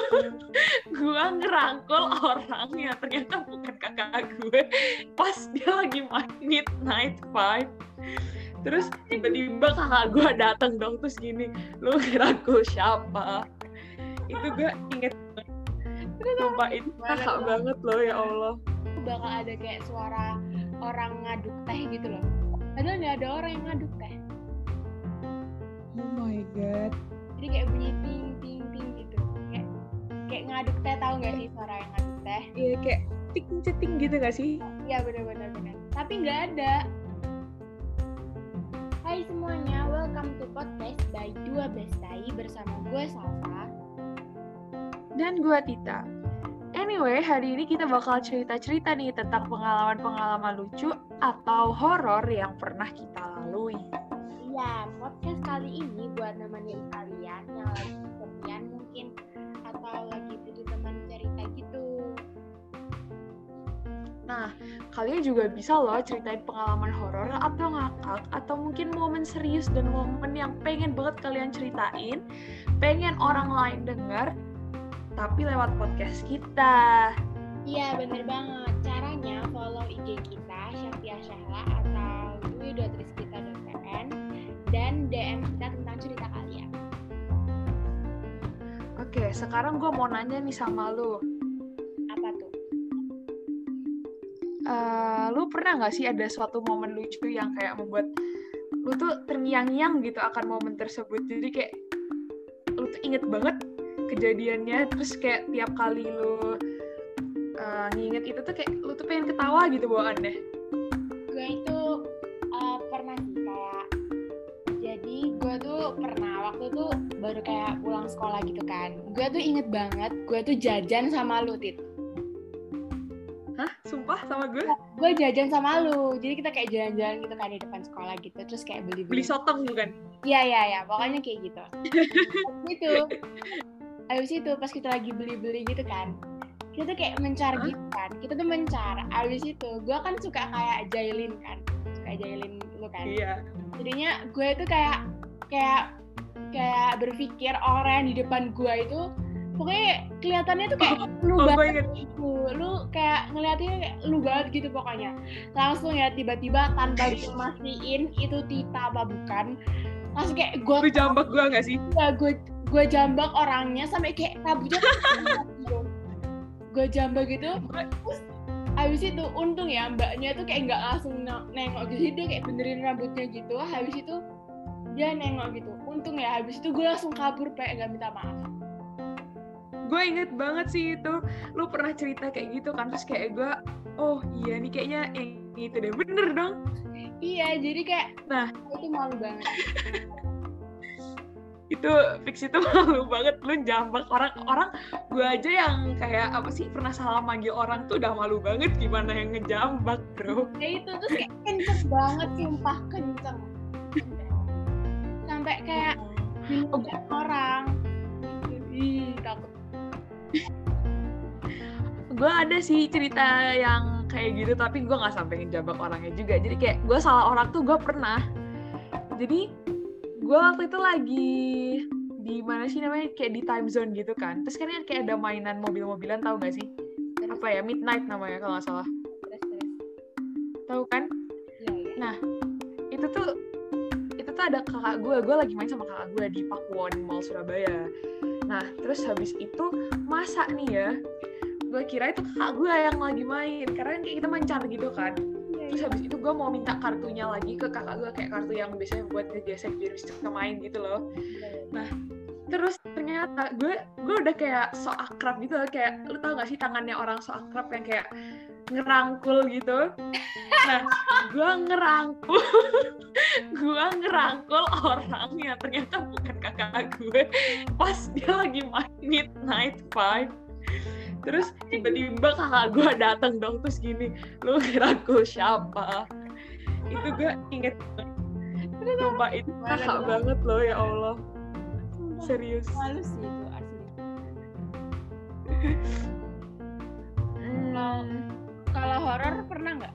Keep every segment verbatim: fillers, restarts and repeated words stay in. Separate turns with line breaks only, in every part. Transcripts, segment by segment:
gue ngerangkul orang yang ternyata bukan kakak gue pas dia lagi main Midnight Five. Terus tiba-tiba kakak gue datang dong, terus gini, lu ngerangkul siapa? Itu gue inget banget. Sumpah itu kakak banget loh, ya Allah.
Bakal ada kayak suara orang ngaduk teh gitu loh. Padahal nggak ada orang yang ngaduk teh.
Oh my god.
Jadi kayak bunyi ting ting ting gitu. Kayak kayak ngaduk teh, tahu nggak sih suara yang ngaduk teh?
Iya, kayak ting ceting gitu nggak sih?
Iya benar-benar benar. Tapi nggak ada. Hai semuanya, welcome to podcast by Dua Bestai bersama gue Salsa
dan gue Tita. Anyway, hari ini kita bakal cerita-cerita nih tentang pengalaman-pengalaman lucu atau horor yang pernah kita lalui.
Iya, podcast kali ini buat nemenin kalian yang lagi kesepian mungkin atau lagi butuh teman cerita gitu.
Nah, kalian juga bisa loh ceritain pengalaman horor atau ngakak atau mungkin momen serius dan momen yang pengen banget kalian ceritain, pengen orang lain dengar, tapi lewat podcast kita.
Iya, bener banget. Caranya follow I G kita, Syafia Syahla atau dwi dot rizkita dot p n dan D M kita tentang cerita kalian.
Oke, sekarang gue mau nanya nih sama lu.
Apa tuh?
Uh, lu pernah nggak sih ada suatu momen lucu yang kayak membuat lu tuh terngiang-ngiang gitu akan momen tersebut? Jadi kayak lu tuh inget banget kejadiannya, terus kayak tiap kali lu uh, nginget itu tuh kayak lu tuh pengen ketawa gitu bawaannya.
Gue itu uh, pernah sih kayak, jadi gue tuh pernah waktu tuh baru kayak pulang sekolah gitu kan. Gue tuh inget banget, gue tuh jajan sama lu, Tit.
Hah? Sumpah sama gue?
Gue jajan sama lu, jadi kita kayak jalan-jalan gitu kan di depan sekolah gitu, terus kayak beli-beli.
Beli sotong bukan?
Iya, iya, iya, pokoknya kayak gitu. Gitu. Abis itu pas kita lagi beli-beli gitu kan, kita tuh kayak mencar huh? gitu kan, kita tuh mencar. Abis itu gue kan suka kayak jailin kan, suka jailin lu kan.
Iya.
Jadinya gue tuh kayak kayak kayak berpikir orang di depan gue itu pokoknya kelihatannya tuh kayak
oh,
lu
oh,
banget gitu, lu kayak ngeliatinnya kayak lu banget gitu pokoknya. Langsung ya tiba-tiba tanpa gue mastiin itu Tita apa bukan, langsung kayak gue.
Lu jambak gue nggak sih?
Ya gue gue jambak orangnya sampai kayak rambutnya gitu. Gue jambak gitu, terus habis itu untung ya mbaknya tuh kayak nggak langsung nengok gitu, dia kayak benerin rambutnya gitu. Habis itu dia nengok gitu, untung ya. Habis itu gue langsung kabur kayak nggak minta maaf.
Gue inget banget sih itu, lu pernah cerita kayak gitu kan, terus kayak gue, oh iya nih kayaknya yang itu deh, bener dong.
Iya, jadi kayak,
nah
itu malu banget.
Itu fix itu malu banget, lu jambak orang-orang. Gue aja yang kayak apa sih pernah salah manggil orang tuh udah malu banget, gimana yang ngejambak bro.
Ya itu terus kayak kenceng banget, sumpah kenceng sampai kayak ngejambak oh. orang. Ih, takut.
Gue ada sih cerita yang kayak gitu, tapi gue nggak sampai ngejambak orangnya juga. Jadi kayak gue salah orang tuh gue pernah. Jadi gue waktu itu lagi di mana sih namanya, kayak di time zone gitu kan. Terus kan kayak ada mainan mobil-mobilan, tahu nggak sih? Apa ya, Midnight namanya kalau nggak salah. Tahu kan?
Iya, iya.
Nah itu tuh itu tuh ada kakak gue. Gue lagi main sama kakak gue di Pakuwon Mall Surabaya. Nah terus habis itu masa nih ya, gue kira itu kakak gue yang lagi main, karena kayak kita mencar gitu kan. Terus habis itu gue mau minta kartunya lagi ke kakak gue, kayak kartu yang biasanya buat ngegesek biar bisa main gitu loh. Nah terus ternyata gue gue udah kayak so akrab gitu loh, kayak lu tau gak sih tangannya orang so akrab yang kayak ngerangkul gitu. Nah gue ngerangkul gue ngerangkul orang yang ternyata bukan kakak gue pas dia lagi main Midnight Five. Terus tiba-tiba kakak gue datang dong, terus gini, lu ngerangkul siapa? Itu gue inget banget. Sumpah itu kakak banget loh, ya Allah. Serius.
Malu sih itu asli.
Kalau
hmm. kalau horor pernah nggak?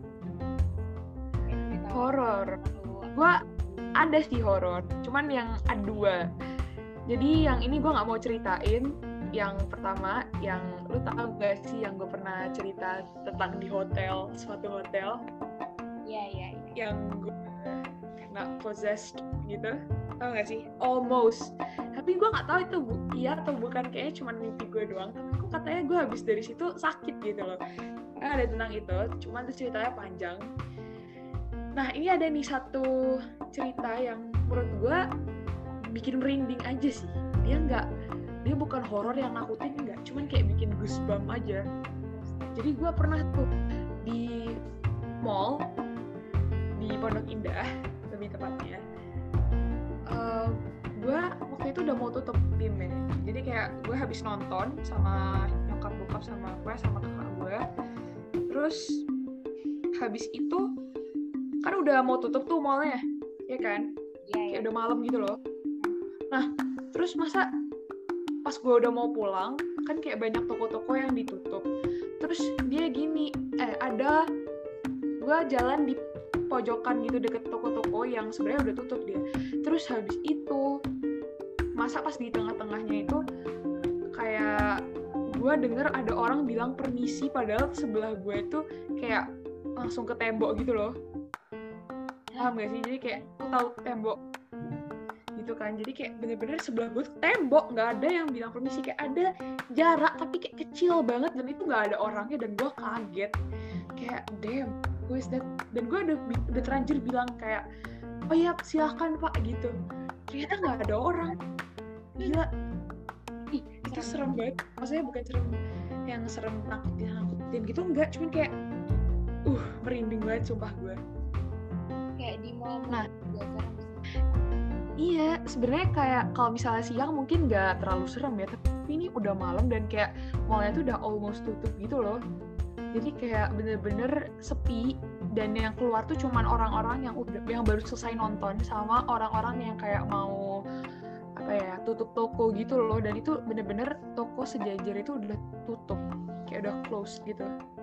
Horor. Gue ada sih horor, cuman yang ada dua. Jadi yang ini gue nggak mau ceritain. yang pertama, yang lu tahu gak sih yang gue pernah cerita tentang di hotel, suatu hotel?
Iya, iya, iya.
Yang gue kena possessed gitu, tau gak sih? Almost. Tapi gue gak tahu itu bu- iya atau bukan, kayaknya cuma mimpi gue doang. Tapi kok katanya gue habis dari situ sakit gitu loh. Nah, ada tentang itu, cuman tuh ceritanya panjang. Nah, ini ada nih satu cerita yang menurut gue bikin merinding aja sih. Dia nggak, dia bukan horor yang nakutin, nggak, cuman kayak bikin goosebump aja. Jadi gue pernah tuh di mall di Pondok Indah, lebih tepatnya. Uh, gue waktu itu udah mau tutup timnya. Jadi kayak gue habis nonton sama nyokap bokap sama gue sama kakak gue. Terus habis itu kan udah mau tutup tuh mallnya, ya kan?
Iya, iya.
Kayak udah malam gitu loh. Nah, terus masa pas gue udah mau pulang, kan kayak banyak toko-toko yang ditutup. Terus dia gini, eh ada, gue jalan di pojokan gitu deket toko-toko yang sebenarnya udah tutup dia. Terus habis itu, masa pas di tengah-tengahnya itu, kayak gue denger ada orang bilang permisi, padahal sebelah gue itu kayak langsung ke tembok gitu loh. Paham gak sih? Jadi kayak aku tahu tembok gitu kan, jadi kayak bener-bener sebelah gue tuh tembok, nggak ada yang bilang permisi, kayak ada jarak tapi kayak kecil banget dan itu nggak ada orangnya, dan gue kaget kayak damn, who is that? Dan gue udah udah terlanjur bilang kayak oh ya silakan pak gitu, ternyata nggak ada orang. Gila, ih itu serem banget, maksudnya bukan serem yang serem nakutin nakutin gitu, enggak, cuman kayak uh merinding banget sumpah gue.
Kayak di mall.
Nah,
biasa.
Iya, sebenarnya kayak kalau misalnya siang mungkin nggak terlalu serem ya, tapi ini udah malam dan kayak mallnya tuh udah almost tutup gitu loh. Jadi kayak bener-bener sepi, dan yang keluar tuh cuman orang-orang yang udah yang baru selesai nonton sama orang-orang yang kayak mau apa ya tutup toko gitu loh, dan itu bener-bener toko sejajar itu udah tutup, kayak udah close gitu.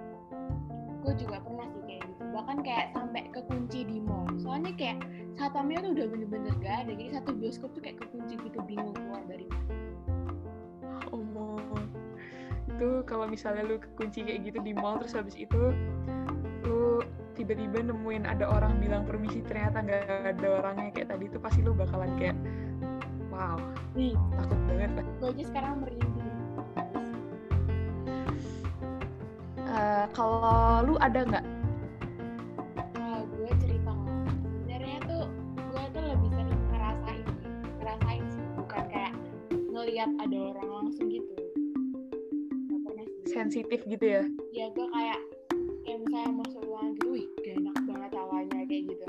Gue juga pernah sih kayak gitu, bahkan kayak sampai kekunci di mall. Soalnya kayak satpamnya tuh udah bener-bener gak ada, jadi satu bioskop tuh kayak kekunci gitu, bingung keluar dari mana.
Oh, itu kalau misalnya lu kekunci kayak gitu di mall, terus habis itu lu tiba-tiba nemuin ada orang bilang permisi, ternyata nggak ada orangnya kayak tadi, itu pasti lu bakalan kayak wow, nih takut banget lah.
Gue aja sekarang merinding.
Uh, kalau lu ada nggak?
Kalau gue cerita sebenarnya tuh gue tuh lebih sering ngerasain ngerasain sih, bukan kayak ngelihat ada orang langsung gitu. Gak pernah sih.
Sensitif gitu ya?
Ya gue kayak kayak misalnya masuk ruangan gitu, wih gak enak banget hawanya kayak gitu.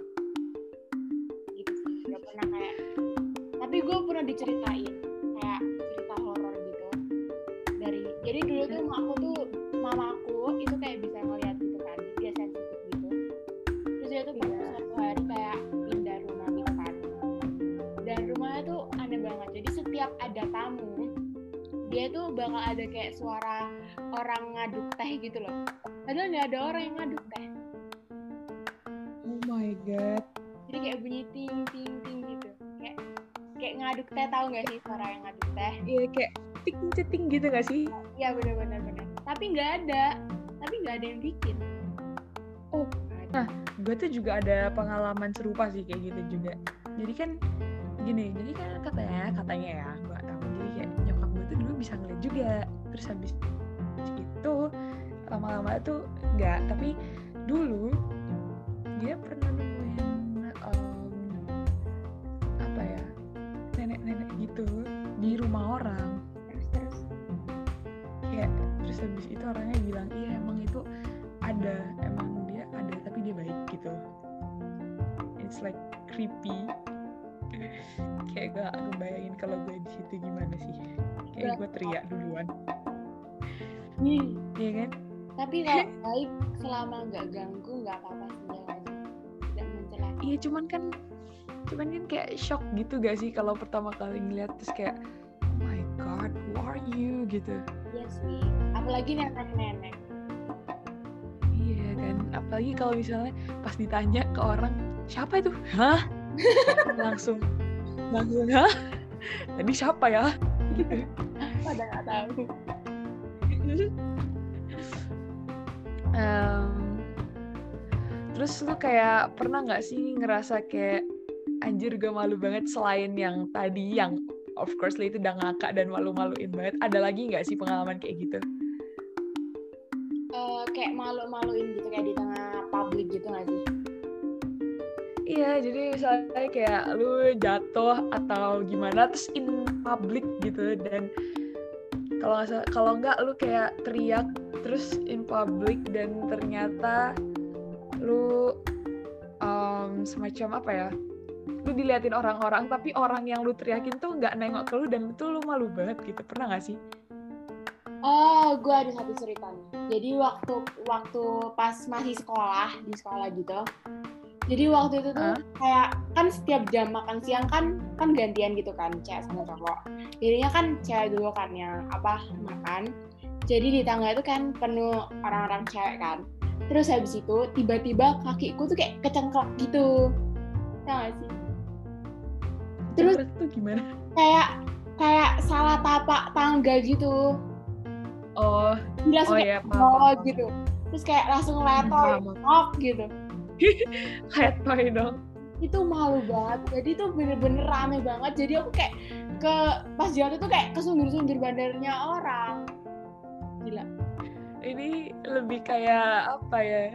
Gitu sih, gak pernah kayak. Tapi gue pernah diceritain kayak cerita horor gitu. Dari jadi dulu tuh mama aku tuh mama aku itu kayak bisa ngeliat gitu kan, dia sensitif gitu. Terus dia tuh pernah suatu hari kayak pindah rumah gitu kan, dan rumahnya tuh aneh banget. Jadi setiap ada tamu, dia tuh bakal ada kayak suara orang ngaduk teh gitu loh, padahal nggak ada orang yang ngaduk teh.
Oh my god.
Jadi kayak bunyi ting ting ting gitu, kayak kayak ngaduk teh, tahu nggak sih suara yang ngaduk teh?
Iya, kayak ting ceting gitu nggak sih?
Iya benar-benar benar. Tapi nggak ada, tapi nggak ada yang bikin.
Oh, nah, gue tuh juga ada pengalaman serupa sih kayak gitu juga. Jadi kan gini, jadi kan katanya, katanya ya, gue tahu. Jadi kayak nyokap gue tuh dulu bisa ngeliat juga. Terus habis itu lama-lama tuh nggak. Tapi dulu dia pernah nemuin um, apa ya, nenek-nenek gitu di rumah orang.
Terus terus.
Kayak terus habis itu orangnya bilang iya emang itu ada, emang dia ada tapi dia baik gitu. It's like creepy. Kayak gak ngebayangin kalau gue di situ gimana sih. Kayak gue teriak duluan.
Hmm.
Iya kan?
Tapi kalau baik selama nggak ganggu nggak apa-apa sih ya, tidak mencelakai.
Iya cuman kan cuman kan kayak shock gitu gak sih kalau pertama kali ngeliat terus kayak oh my god who are you gitu.
Iya sih, apalagi nenek-nenek.
Iya kan, apalagi kalau misalnya pas ditanya ke orang siapa itu, hah? langsung langsung hah? Tadi siapa ya? Gitu.
pada nggak tahu.
um, terus lu kayak pernah nggak sih ngerasa kayak anjir gue malu banget selain yang tadi yang of course itu udah ngakak dan malu-maluin banget, ada lagi nggak sih pengalaman kayak gitu?
Uh, kayak malu-maluin gitu kayak di tengah publik gitu nggak sih?
Iya, jadi misalnya kayak lu jatuh atau gimana terus in public gitu, dan kalau nggak kalau nggak lu kayak teriak terus in public dan ternyata lu um, semacam apa ya? Lu diliatin orang-orang tapi orang yang lu teriakin tuh nggak nengok ke lu dan itu lu malu banget gitu. Pernah nggak sih?
Oh, gue ada satu cerita nih. Jadi waktu waktu pas masih sekolah di sekolah gitu. Jadi waktu itu tuh huh? kayak kan setiap jam makan siang kan kan gantian gitu kan, cewek sama cowok. Jadinya kan cewek dulu kan yang apa makan. Jadi di tangga itu kan penuh orang-orang cewek kan. Terus habis itu tiba-tiba kakiku tuh kayak kecengklak gitu. Tahu gak sih? Terus
itu gimana?
Kayak kayak salah tapak tangga gitu.
Oh,
langsung
oh ya,
paham. gitu. Terus kayak langsung letoy, nok gitu.
Letoy dong.
Itu malu banget. Jadi tuh bener-bener rame banget. Jadi aku kayak ke pas jatuh tuh kayak kesundur-sundur bandarnya orang. Gila.
Ini lebih kayak apa ya?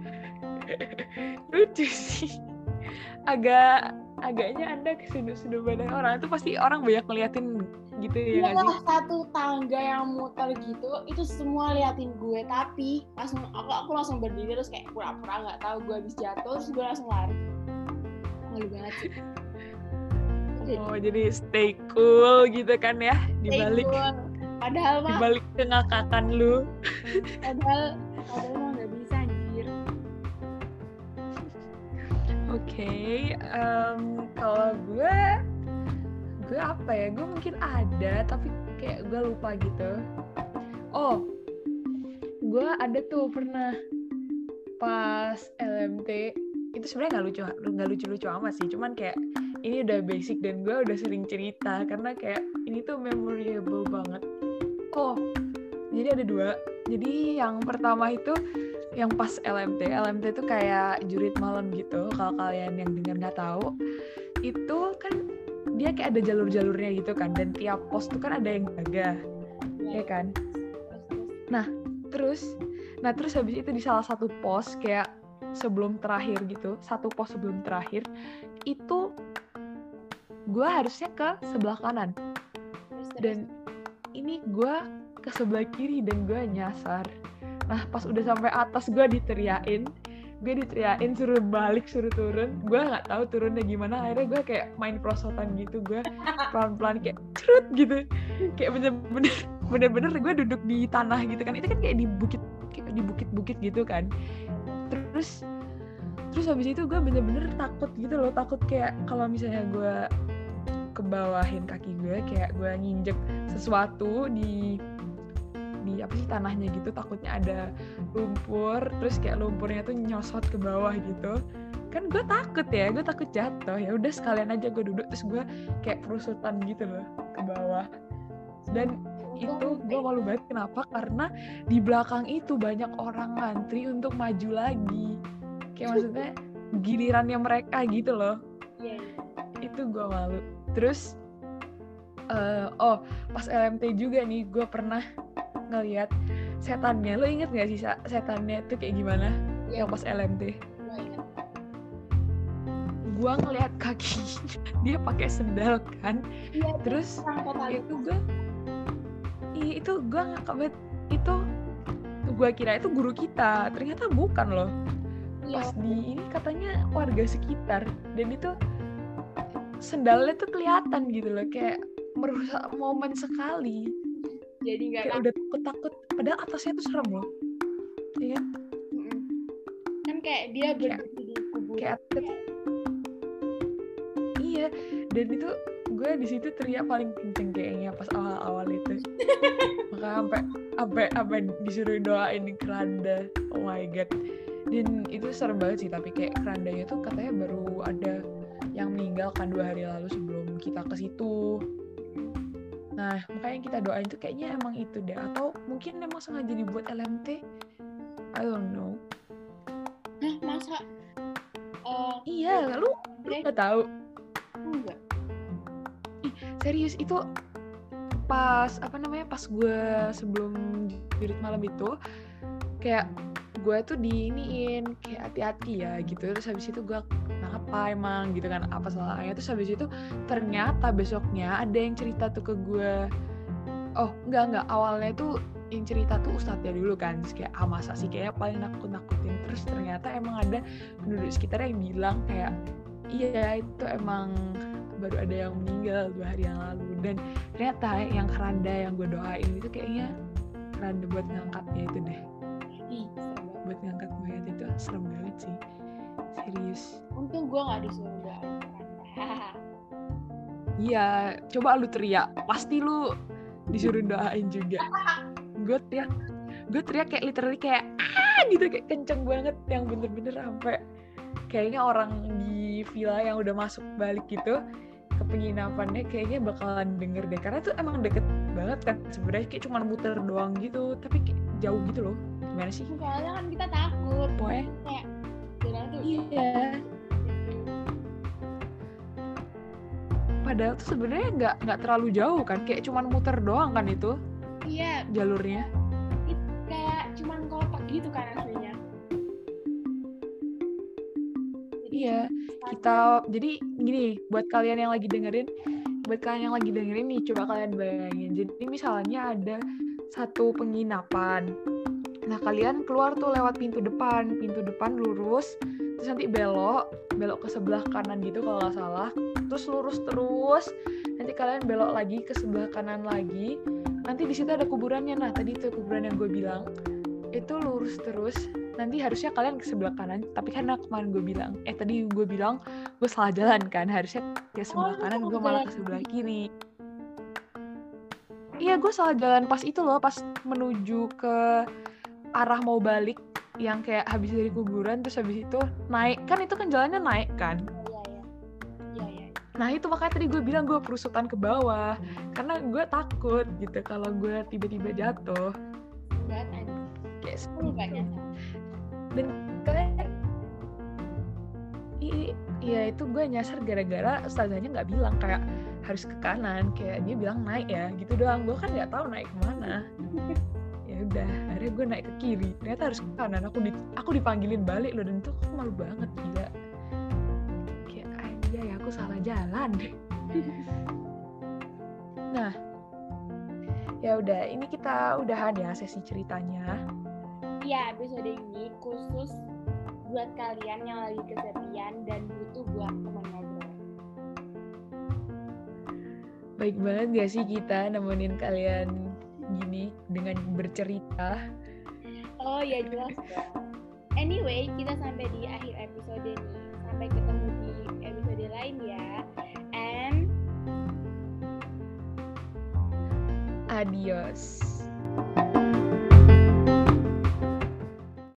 Lucu sih. Agak agaknya Anda kesundur-sundur badan orang itu pasti orang banyak ngeliatin gitu ya nggak sih?
Satu tangga yang muter gitu itu semua liatin gue, tapi langsung aku aku langsung berdiri terus kayak pura-pura nggak tahu gue habis jatuh terus gue langsung lari. Malu banget sih.
Oh jadi stay cool gitu kan ya dibalik
cool. Padahal mah
dibalik kengakakan lu.
Padahal padahal mah nggak bisa anjir.
Oke, okay, um, kalau gue, gue apa ya? Gue mungkin ada, tapi kayak gue lupa gitu. Oh, gue ada tuh pernah pas L M T. Itu sebenarnya nggak lucu, nggak lucu-lucu amat sih. Cuman kayak ini udah basic dan gue udah sering cerita karena kayak ini tuh memorable banget. Oh, jadi ada dua. Jadi yang pertama itu yang pas L M T, L M T itu kayak jurit malam gitu. Kalau kalian yang dengar nggak tahu, itu kan dia kayak ada jalur-jalurnya gitu kan, dan tiap pos tuh kan ada yang jaga, ya kan? Nah, terus, nah terus habis itu di salah satu pos kayak sebelum terakhir gitu, satu pos sebelum terakhir, itu gue harusnya ke sebelah kanan, dan ini gue ke sebelah kiri dan gue nyasar. Nah pas udah sampai atas gue diteriain, gue diteriain suruh balik, suruh turun. Gue nggak tahu turunnya gimana. Akhirnya gue kayak main perosotan gitu, gue pelan-pelan kayak cerut gitu, kayak bener-bener bener-bener gue duduk di tanah gitu kan. Itu kan kayak di bukit, kayak di bukit-bukit gitu kan. Terus terus habis itu gue bener-bener takut gitu loh, takut kayak kalau misalnya gue kebawahin kaki gue, kayak gue nginjek sesuatu di di apa sih tanahnya gitu, takutnya ada lumpur, terus kayak lumpurnya tuh nyosot ke bawah gitu kan. Gue takut ya, gue takut jatuh. Ya udah sekalian aja gue duduk, terus gue kayak perusutan gitu loh ke bawah. Dan itu gue malu banget. Kenapa? Karena di belakang itu banyak orang ngantri untuk maju lagi, kayak maksudnya gilirannya mereka gitu loh. Itu gue malu. Terus uh, oh pas L M T juga nih gue pernah ngeliat setannya. Lo inget gak sih setannya itu kayak gimana? Ya. Yang pas L M T.
Gue inget.
Gue ngeliat kaki dia pakai sendal kan. Ya, terus itu gue, iya itu gue ngakak banget. Itu gue kira itu guru kita, ternyata bukan loh. Ya. Pas di ini katanya warga sekitar, dan itu sendalnya tuh kelihatan gitu loh, kayak merusak momen sekali.
Jadi nggak
kayak udah takut-takut, padahal atasnya tuh serem loh, iya kan?
Mm-mm. Kan kayak dia berdiri di kuburan.
Kayak atlet. Iya, dan itu gue di situ teriak paling kenceng kayaknya pas awal-awal itu. Maka sampai sampai sampai disuruh doain keranda. Oh my god. Dan itu serem banget sih, tapi kayak kerandanya tuh katanya baru ada yang meninggal kan dua hari lalu sebelum kita ke situ. Nah, makanya kita doain tuh kayaknya emang itu deh. Atau mungkin emang sengaja dibuat L M T. I don't know.
Hah, masa? Uh,
iya, lu lu nggak tahu?
Enggak.
Ih, serius itu pas apa namanya pas gue sebelum jurit malam itu kayak gue tuh diiniin kayak hati-hati ya gitu, terus habis itu gue kenapa emang gitu kan, apa salahnya, terus habis itu ternyata besoknya ada yang cerita tuh ke gue, oh enggak enggak awalnya tuh yang cerita tuh ustadznya dulu kan, terus kayak ah masa sih kayak paling nakut-nakutin, terus ternyata emang ada penduduk sekitar yang bilang kayak iya itu emang baru ada yang meninggal dua hari yang lalu, dan ternyata yang keranda yang gue doain itu kayaknya keranda buat ngangkatnya itu deh.
Ih,
buat ngangkat mayat itu serem banget sih, serius.
Untung gue nggak disuruh doain keranda.
Iya, coba lu teriak, pasti lu disuruh doain juga. Gue teriak, gue teriak kayak literally kayak ah gitu, kayak kenceng banget yang bener-bener sampai kayaknya orang di villa yang udah masuk balik gitu ke penginapannya kayaknya bakalan denger deh, karena tuh emang deket banget kan sebenarnya, kayak cuma muter doang gitu, tapi kayak jauh gitu loh. Gimana sih?
Soalnya kan kita takut.
Pokoknya
kayak jalan tuh.
Iya. Padahal tuh sebenarnya nggak nggak terlalu jauh kan, kayak cuma muter doang kan itu.
Iya.
Jalurnya.
Itu kayak cuma kotak gitu kan aslinya.
Iya, kita jadi gini buat kalian yang lagi dengerin, buat kalian yang lagi dengerin nih, coba kalian bayangin. Jadi misalnya ada satu penginapan, nah kalian keluar tuh lewat pintu depan, pintu depan lurus, terus nanti belok, belok ke sebelah kanan gitu kalau nggak salah, terus lurus terus, nanti kalian belok lagi ke sebelah kanan lagi, nanti di situ ada kuburannya. Nah tadi itu kuburan yang gue bilang, itu lurus terus. Nanti harusnya kalian ke sebelah kanan, tapi karena kemarin gue bilang, eh tadi gue bilang gue salah jalan kan, harusnya ke sebelah
oh,
kanan, gue malah ke sebelah kiri. Iya, gue salah jalan pas itu loh, pas menuju ke arah mau balik, yang kayak habis dari kuburan, terus habis itu naik, kan itu kan jalannya naik kan.
Iya, iya. Iya, iya.
Nah itu makanya tadi gue bilang gue perusutan ke bawah, karena gue takut gitu kalau gue tiba-tiba jatuh.
Enggak, aja.
Kayak
seperti
dan kayak iya itu gue nyasar gara-gara ustazahnya nggak bilang kayak harus ke kanan, kayak dia bilang naik ya gitu doang, gue kan nggak tahu naik kemana. Ya udah akhirnya gue naik ke kiri, ternyata harus ke kanan. Aku di, aku dipanggilin balik loh, dan itu aku malu banget gila, kayak aja ya aku salah jalan. Nah ya udah, ini kita udahan ya sesi ceritanya.
Iya, episode ini khusus buat kalian yang lagi kesepian dan butuh buat teman ngobrol.
Baik banget gak sih kita nemenin kalian gini dengan bercerita?
Oh ya jelas. Anyway, kita sampai di akhir episode ini. Sampai ketemu di episode lain ya. And
adios.